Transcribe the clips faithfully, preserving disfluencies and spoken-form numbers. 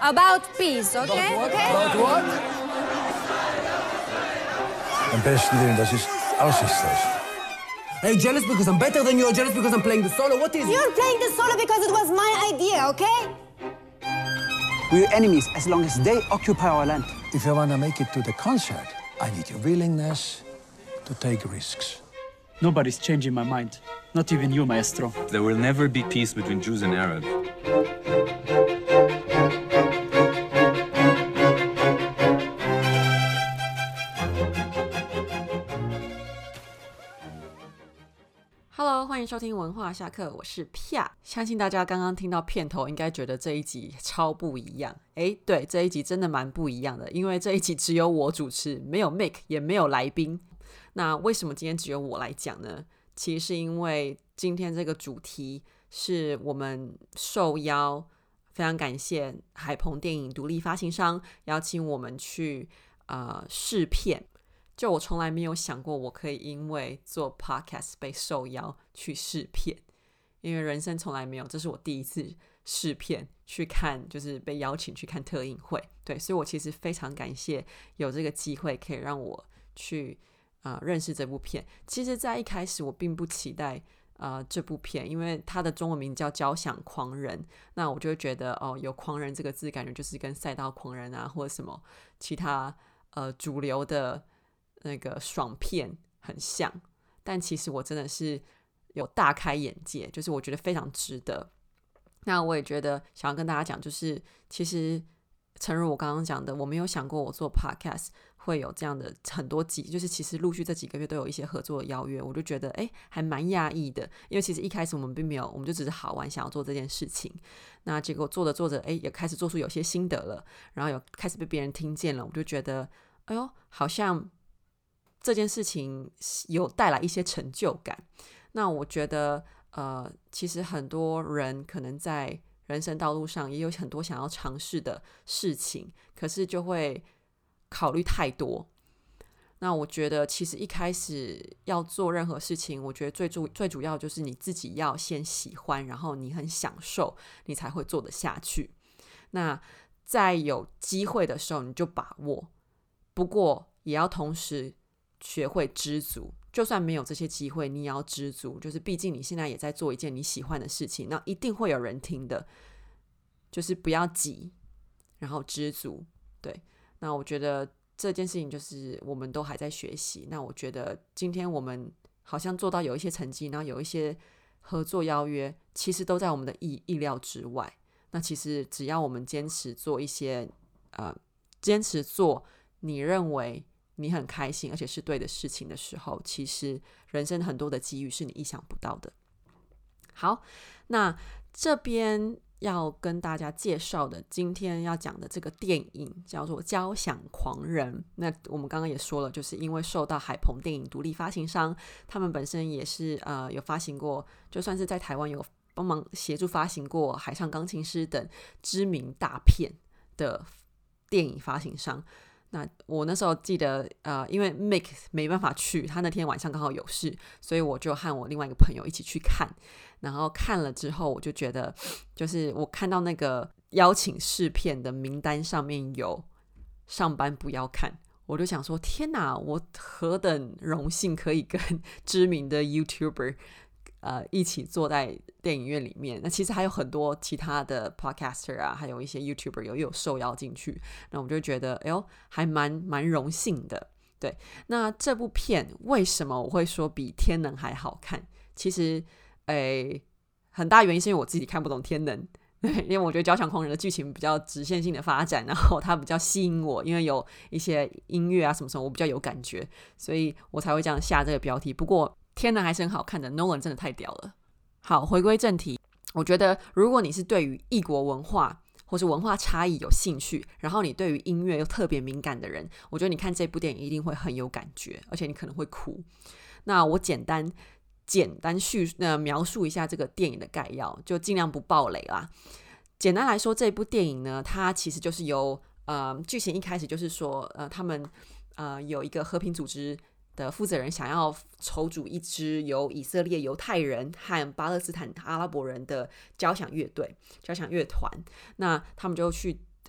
about peace, okay? About what? Okay? About what? Am besten Willen, das ist aussichtslos. Are you jealous because I'm better than you or jealous because I'm playing the solo? What is it? You're playing the solo because it was my idea, okay? We're enemies as long as they occupy our land. If you want to make it to the concert, I need your willingness to take risks. Nobody's changing my mind. Not even you, Maestro. There will never be peace between Jews and Arabs. Hello， 欢迎收听文化下课，我是 Pia。相信大家刚刚听到片头，应该觉得这一集超不一样。诶，对，这一集真的蛮不一样的，因为这一集只有我主持，没有 Mick， 也没有来宾。那为什么今天只有我来讲呢？其实是因为今天这个主题是我们受邀，非常感谢海鹏电影独立发行商邀请我们去呃试片。就我从来没有想过我可以因为做 podcast 被受邀去试片，因为人生从来没有，这是我第一次试片去看，就是被邀请去看特映会。对，所以我其实非常感谢有这个机会可以让我去呃认识这部片。其实在一开始我并不期待呃这部片，因为它的中文名叫《交响狂人》，那我就会觉得哦，有狂人这个字感觉就是跟赛道狂人啊或者什么其他呃主流的那个爽片很像，但其实我真的是有大开眼界，就是我觉得非常值得。那我也觉得想要跟大家讲，就是其实诚如我刚刚讲的，我没有想过我做 podcast 会有这样的很多集，就是其实陆续这几个月都有一些合作的邀约，我就觉得诶还蛮讶异的，因为其实一开始我们并没有，我们就只是好玩想要做这件事情，那结果做着做着诶也开始做出有些心得了，然后有开始被别人听见了，我就觉得哎呦好像这件事情有带来一些成就感。那我觉得呃，其实很多人可能在人生道路上也有很多想要尝试的事情，可是就会考虑太多。那我觉得其实一开始要做任何事情，我觉得最主最主要就是你自己要先喜欢，然后你很享受，你才会做得下去。那在有机会的时候你就把握，不过也要同时学会知足，就算没有这些机会你也要知足，就是毕竟你现在也在做一件你喜欢的事情，那一定会有人听的，就是不要急，然后知足。对，那我觉得这件事情就是我们都还在学习，那我觉得今天我们好像做到有一些成绩，然后有一些合作邀约其实都在我们的 意, 意料之外。那其实只要我们坚持做一些呃，坚持做你认为你很开心而且是对的事情的时候，其实人生很多的机遇是你意想不到的。好，那这边要跟大家介绍的今天要讲的这个电影叫做《交响狂人》。那我们刚刚也说了，就是因为受到海鹏电影独立发行商，他们本身也是呃有发行过，就算是在台湾有帮忙协助发行过《海上钢琴师》等知名大片的电影发行商。那我那时候记得呃，因为 Mick 没办法去，他那天晚上刚好有事，所以我就和我另外一个朋友一起去看。然后看了之后我就觉得，就是我看到那个邀请试片的名单上面有上班不要看，我就想说天哪，我何等荣幸可以跟知名的 YouTuber呃，一起坐在电影院里面。那其实还有很多其他的 podcaster 啊，还有一些 YouTuber 有有受邀进去，那我们就觉得哎呦还蛮蛮荣幸的。对，那这部片为什么我会说比天能还好看，其实诶很大原因是因为我自己看不懂天能，对，因为我觉得交响狂人的剧情比较直线性的发展，然后它比较吸引我，因为有一些音乐啊什么什么我比较有感觉，所以我才会这样下这个标题。不过天能还是很好看的， Nolan 真的太屌了。好，回归正题，我觉得如果你是对于异国文化或是文化差异有兴趣，然后你对于音乐又特别敏感的人，我觉得你看这部电影一定会很有感觉，而且你可能会哭。那我简单简单叙、呃、描述一下这个电影的概要，就尽量不爆雷啦。简单来说，这部电影呢，它其实就是由呃剧情一开始就是说呃他们呃有一个和平组织的负责人想要筹组一支由以色列犹太人和巴勒斯坦阿拉伯人的交响乐队、交响乐团，那他们就去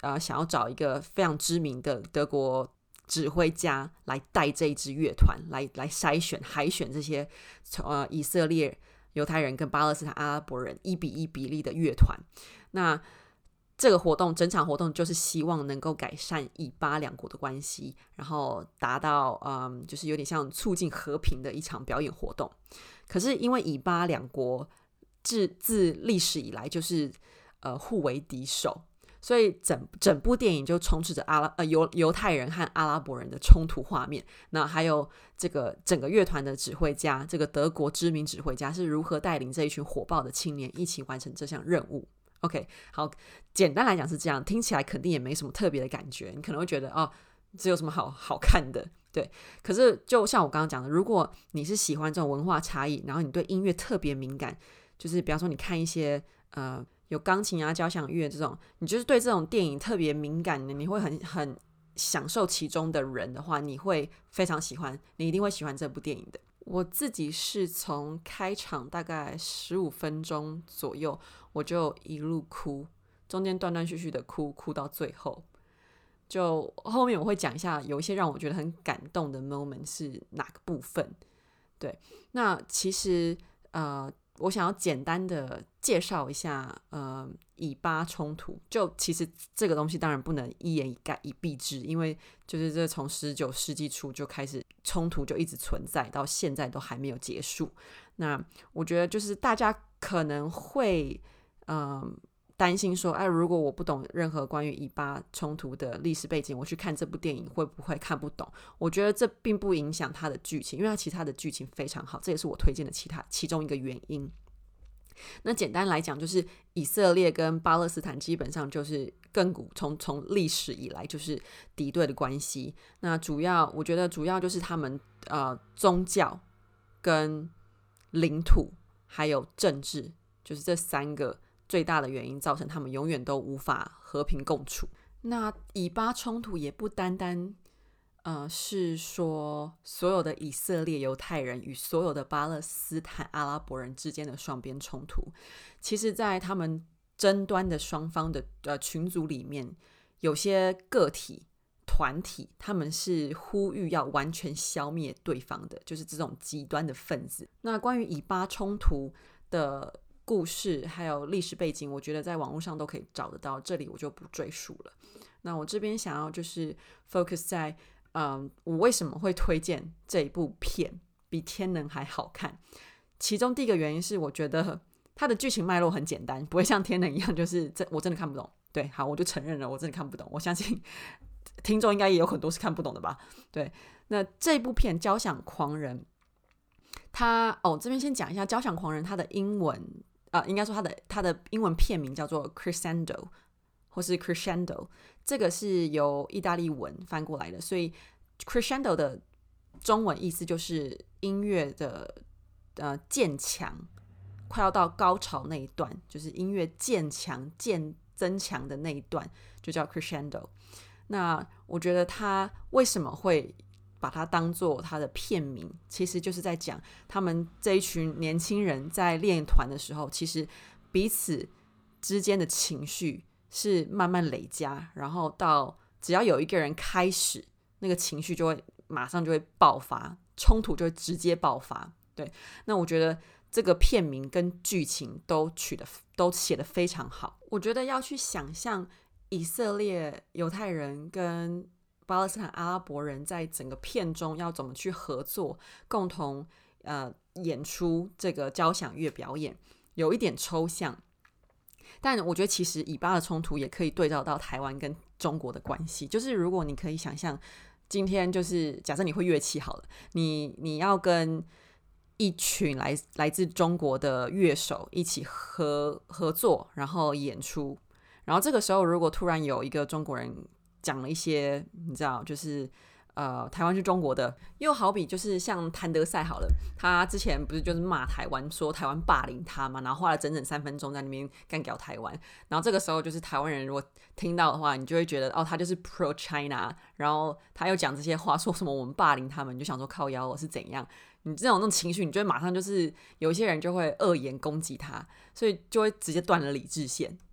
呃想要找一个非常知名的德国指挥家来带这一支乐团，来来筛选海选这些呃以色列犹太人跟巴勒斯坦阿拉伯人一比一比例的乐团。那这个活动整场活动就是希望能够改善以巴两国的关系，然后达到嗯，就是有点像促进和平的一场表演活动。可是因为以巴两国自自历史以来就是呃互为敌手，所以整整部电影就充斥着阿拉呃犹犹太人和阿拉伯人的冲突画面。那还有这个整个乐团的指挥家，这个德国知名指挥家是如何带领这一群火爆的青年一起完成这项任务。OK， 好，简单来讲是这样，听起来肯定也没什么特别的感觉，你可能会觉得哦，这有什么好好看的？对，可是就像我刚刚讲的，如果你是喜欢这种文化差异，然后你对音乐特别敏感，就是比方说你看一些呃有钢琴啊、交响乐这种，你就是对这种电影特别敏感的，你会很很享受其中的人的话，你会非常喜欢，你一定会喜欢这部电影的。我自己是从开场大概十五分钟左右，我就一路哭，中间断断续续的哭，哭到最后。就后面我会讲一下，有一些让我觉得很感动的 moment 是哪个部分。对，那其实呃，我想要简单的介绍一下呃以巴冲突。就其实这个东西当然不能一言以概以蔽之，因为就是这从十九世纪初就开始冲突就一直存在，到现在都还没有结束。那我觉得就是大家可能会嗯。担心说，哎，如果我不懂任何关于以巴冲突的历史背景，我去看这部电影会不会看不懂？我觉得这并不影响它的剧情，因为它其他的剧情非常好，这也是我推荐的其他其中一个原因。那简单来讲，就是以色列跟巴勒斯坦基本上就是亘古从从历史以来就是敌对的关系。那主要我觉得主要就是他们呃宗教跟领土还有政治，就是这三个最大的原因造成他们永远都无法和平共处。那以巴冲突也不单单呃是说所有的以色列犹太人与所有的巴勒斯坦阿拉伯人之间的双边冲突，其实在他们争端的双方的呃群组里面，有些个体团体他们是呼吁要完全消灭对方的，就是这种极端的分子。那关于以巴冲突的故事还有历史背景，我觉得在网络上都可以找得到，这里我就不赘述了。那我这边想要就是 focus 在嗯，我为什么会推荐这一部片比天能还好看。其中第一个原因是我觉得它的剧情脉络很简单，不会像天能一样就是这我真的看不懂。对，好，我就承认了，我真的看不懂。我相信听众应该也有很多是看不懂的吧。对，那这部片交响狂人，他哦这边先讲一下交响狂人，他的英文呃，应该说他的他的英文片名叫做 Crescendo 或是 Crescendo， 这个是由意大利文翻过来的，所以 Crescendo 的中文意思就是音乐的呃渐强，快要到高潮那一段，就是音乐渐强渐增强的那一段就叫 Crescendo。那我觉得他为什么会把它当作他的片名，其实就是在讲他们这一群年轻人在练团的时候，其实彼此之间的情绪是慢慢累加，然后到只要有一个人开始，那个情绪就会马上就会爆发，冲突就会直接爆发。对，那我觉得这个片名跟剧情都取得都写得非常好。我觉得要去想象以色列犹太人跟巴勒斯坦阿拉伯人在整个片中要怎么去合作，共同呃演出这个交响乐表演，有一点抽象。但我觉得其实以巴的冲突也可以对照到台湾跟中国的关系，就是如果你可以想象，今天就是假设你会乐器好了，你你要跟一群来来自中国的乐手一起合合作，然后演出，然后这个时候如果突然有一个中国人讲了一些你知道就是呃台湾是中国的，又好比就是像谭德赛好了，他之前不是就是骂台湾说台湾霸凌他嘛，然后花了整整三分钟在那边干掉台湾，然后这个时候就是台湾人如果听到的话，你就会觉得哦他就是 pro China， 然后他又讲这些话说什么我们霸凌他们，你就想说靠腰我是怎样，你这种那种情绪，你就会马上就是有一些人就会恶言攻击他，所以就会直接断了理智线。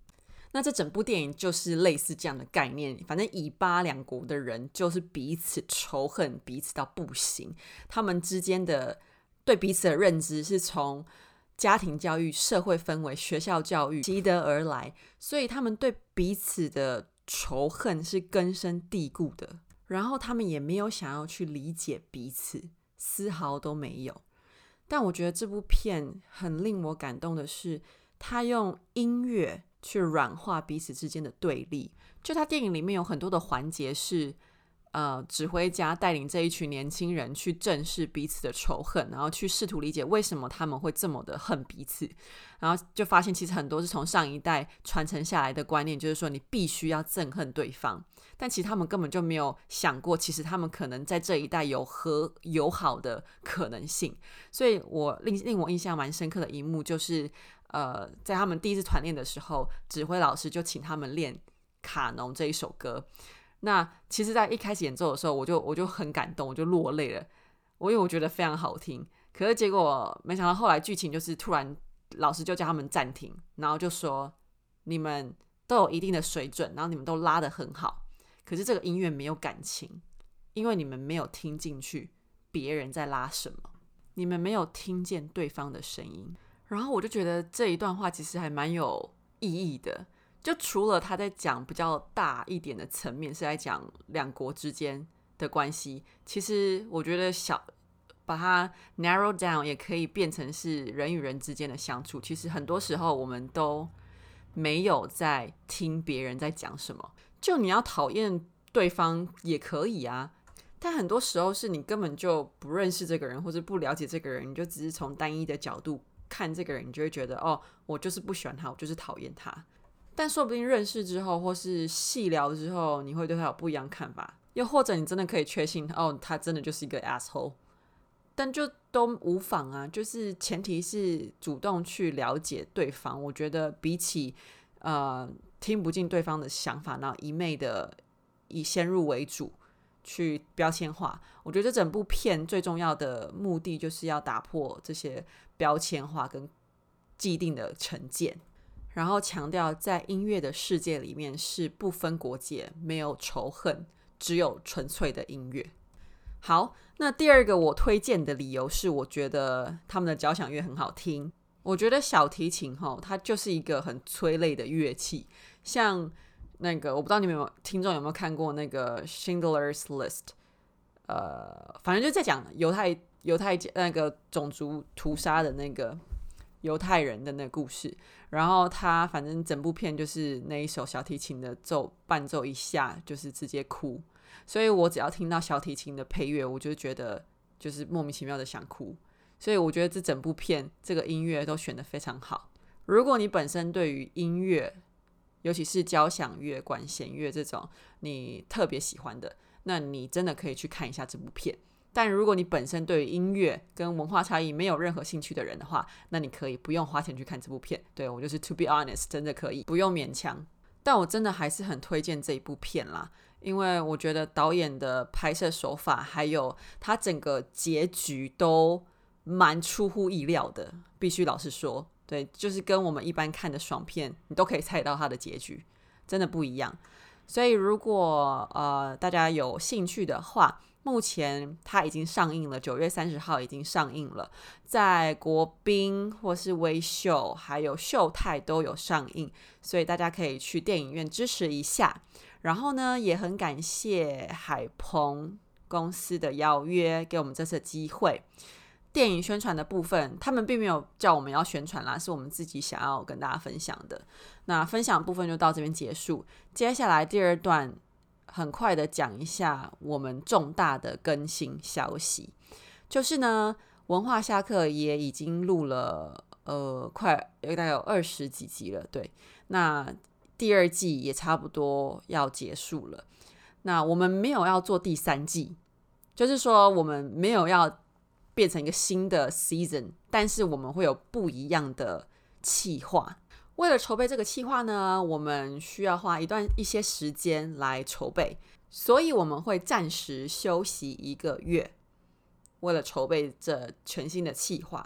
那这整部电影就是类似这样的概念，反正以巴两国的人就是彼此仇恨彼此到不行，他们之间的对彼此的认知是从家庭教育、社会氛围、学校教育习得而来，所以他们对彼此的仇恨是根深蒂固的，然后他们也没有想要去理解彼此，丝毫都没有。但我觉得这部片很令我感动的是，他用音乐去软化彼此之间的对立。就他电影里面有很多的环节是呃，指挥家带领这一群年轻人去正视彼此的仇恨，然后去试图理解为什么他们会这么的恨彼此，然后就发现其实很多是从上一代传承下来的观念，就是说你必须要憎恨对方，但其实他们根本就没有想过，其实他们可能在这一代有和友好的可能性。所以我 令, 令我印象蛮深刻的一幕就是呃，在他们第一次团练的时候，指挥老师就请他们练卡农这一首歌。那其实在一开始演奏的时候，我就我就很感动，我就落泪了，我因为我觉得非常好听。可是结果没想到后来剧情就是突然老师就叫他们暂停，然后就说你们都有一定的水准，然后你们都拉得很好，可是这个音乐没有感情，因为你们没有听进去别人在拉什么，你们没有听见对方的声音。然后我就觉得这一段话其实还蛮有意义的，就除了他在讲比较大一点的层面是在讲两国之间的关系，其实我觉得小把它 narrow down 也可以变成是人与人之间的相处。其实很多时候我们都没有在听别人在讲什么，就你要讨厌对方也可以啊，但很多时候是你根本就不认识这个人或者不了解这个人，你就只是从单一的角度看这个人，你就会觉得哦，我就是不喜欢他，我就是讨厌他。但说不定认识之后或是细聊之后，你会对他有不一样看法，又或者你真的可以确信哦，他真的就是一个 asshole， 但就都无妨啊，就是前提是主动去了解对方。我觉得比起呃听不进对方的想法，然后一昧的以先入为主去标签化，我觉得这整部片最重要的目的就是要打破这些标签化跟既定的成见，然后强调在音乐的世界里面是不分国界，没有仇恨，只有纯粹的音乐。好，那第二个我推荐的理由是我觉得他们的交响乐很好听。我觉得小提琴它就是一个很催泪的乐器，像那个我不知道你们有听众有没有看过那个 Schindler's List， 呃，反正就在讲犹太犹太那个种族屠杀的那个犹太人的那个故事，然后他反正整部片就是那一首小提琴的奏伴奏一下就是直接哭，所以我只要听到小提琴的配乐，我就觉得就是莫名其妙的想哭。所以我觉得这整部片这个音乐都选得非常好。如果你本身对于音乐，尤其是交响乐、管弦乐这种你特别喜欢的，那你真的可以去看一下这部片。但如果你本身对于音乐跟文化差异没有任何兴趣的人的话，那你可以不用花钱去看这部片。对，我就是 to be honest， 真的可以不用勉强。但我真的还是很推荐这一部片啦，因为我觉得导演的拍摄手法还有他整个结局都蛮出乎意料的，必须老实说，对，就是跟我们一般看的爽片你都可以猜到它的结局，真的不一样。所以如果呃大家有兴趣的话，目前它已经上映了，九月三十号已经上映了，在国宾或是微秀还有秀泰都有上映，所以大家可以去电影院支持一下。然后呢，也很感谢海鹏公司的邀约，给我们这次的机会。电影宣传的部分他们并没有叫我们要宣传啦，是我们自己想要跟大家分享的。那分享的部分就到这边结束，接下来第二段很快的讲一下我们重大的更新消息，就是呢文化下课也已经录了呃快大概有二十几集了，对，那第二季也差不多要结束了。那我们没有要做第三季，就是说我们没有要变成一个新的 season， 但是我们会有不一样的企划。为了筹备这个企划呢，我们需要花一段一些时间来筹备，所以我们会暂时休息一个月，为了筹备这全新的企划。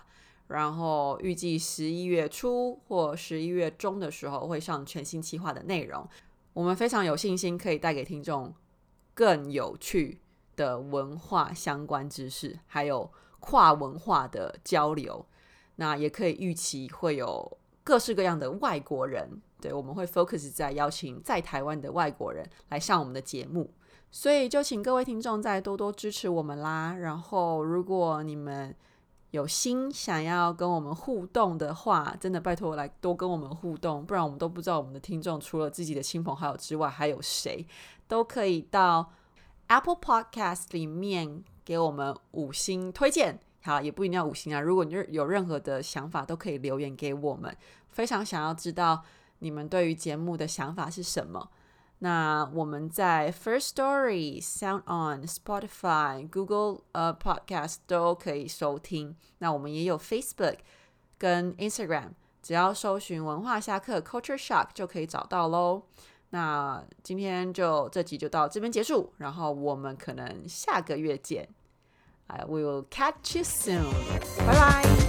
然后预计十一月初或十一月中的时候会上全新企划的内容。我们非常有信心可以带给听众更有趣的文化相关知识，还有跨文化的交流。那也可以预期会有各式各样的外国人，对，我们会 focus 在邀请在台湾的外国人来上我们的节目。所以就请各位听众再多多支持我们啦。然后如果你们有心想要跟我们互动的话，真的拜托来多跟我们互动，不然我们都不知道我们的听众除了自己的亲朋好友之外还有谁。都可以到 Apple Podcast 里面给我们五星推荐，好，也不一定要五星啊，如果你有任何的想法都可以留言给我们，非常想要知道你们对于节目的想法是什么。那我们在 First Story、SoundOn、Spotify、Google、呃、Podcast 都可以收听。那我们也有 Facebook 跟 Instagram， 只要搜寻文化下课 Culture Shock 就可以找到咯。那今天就这集就到这边结束，然后我们可能下个月见。I will catch you soon. Bye bye.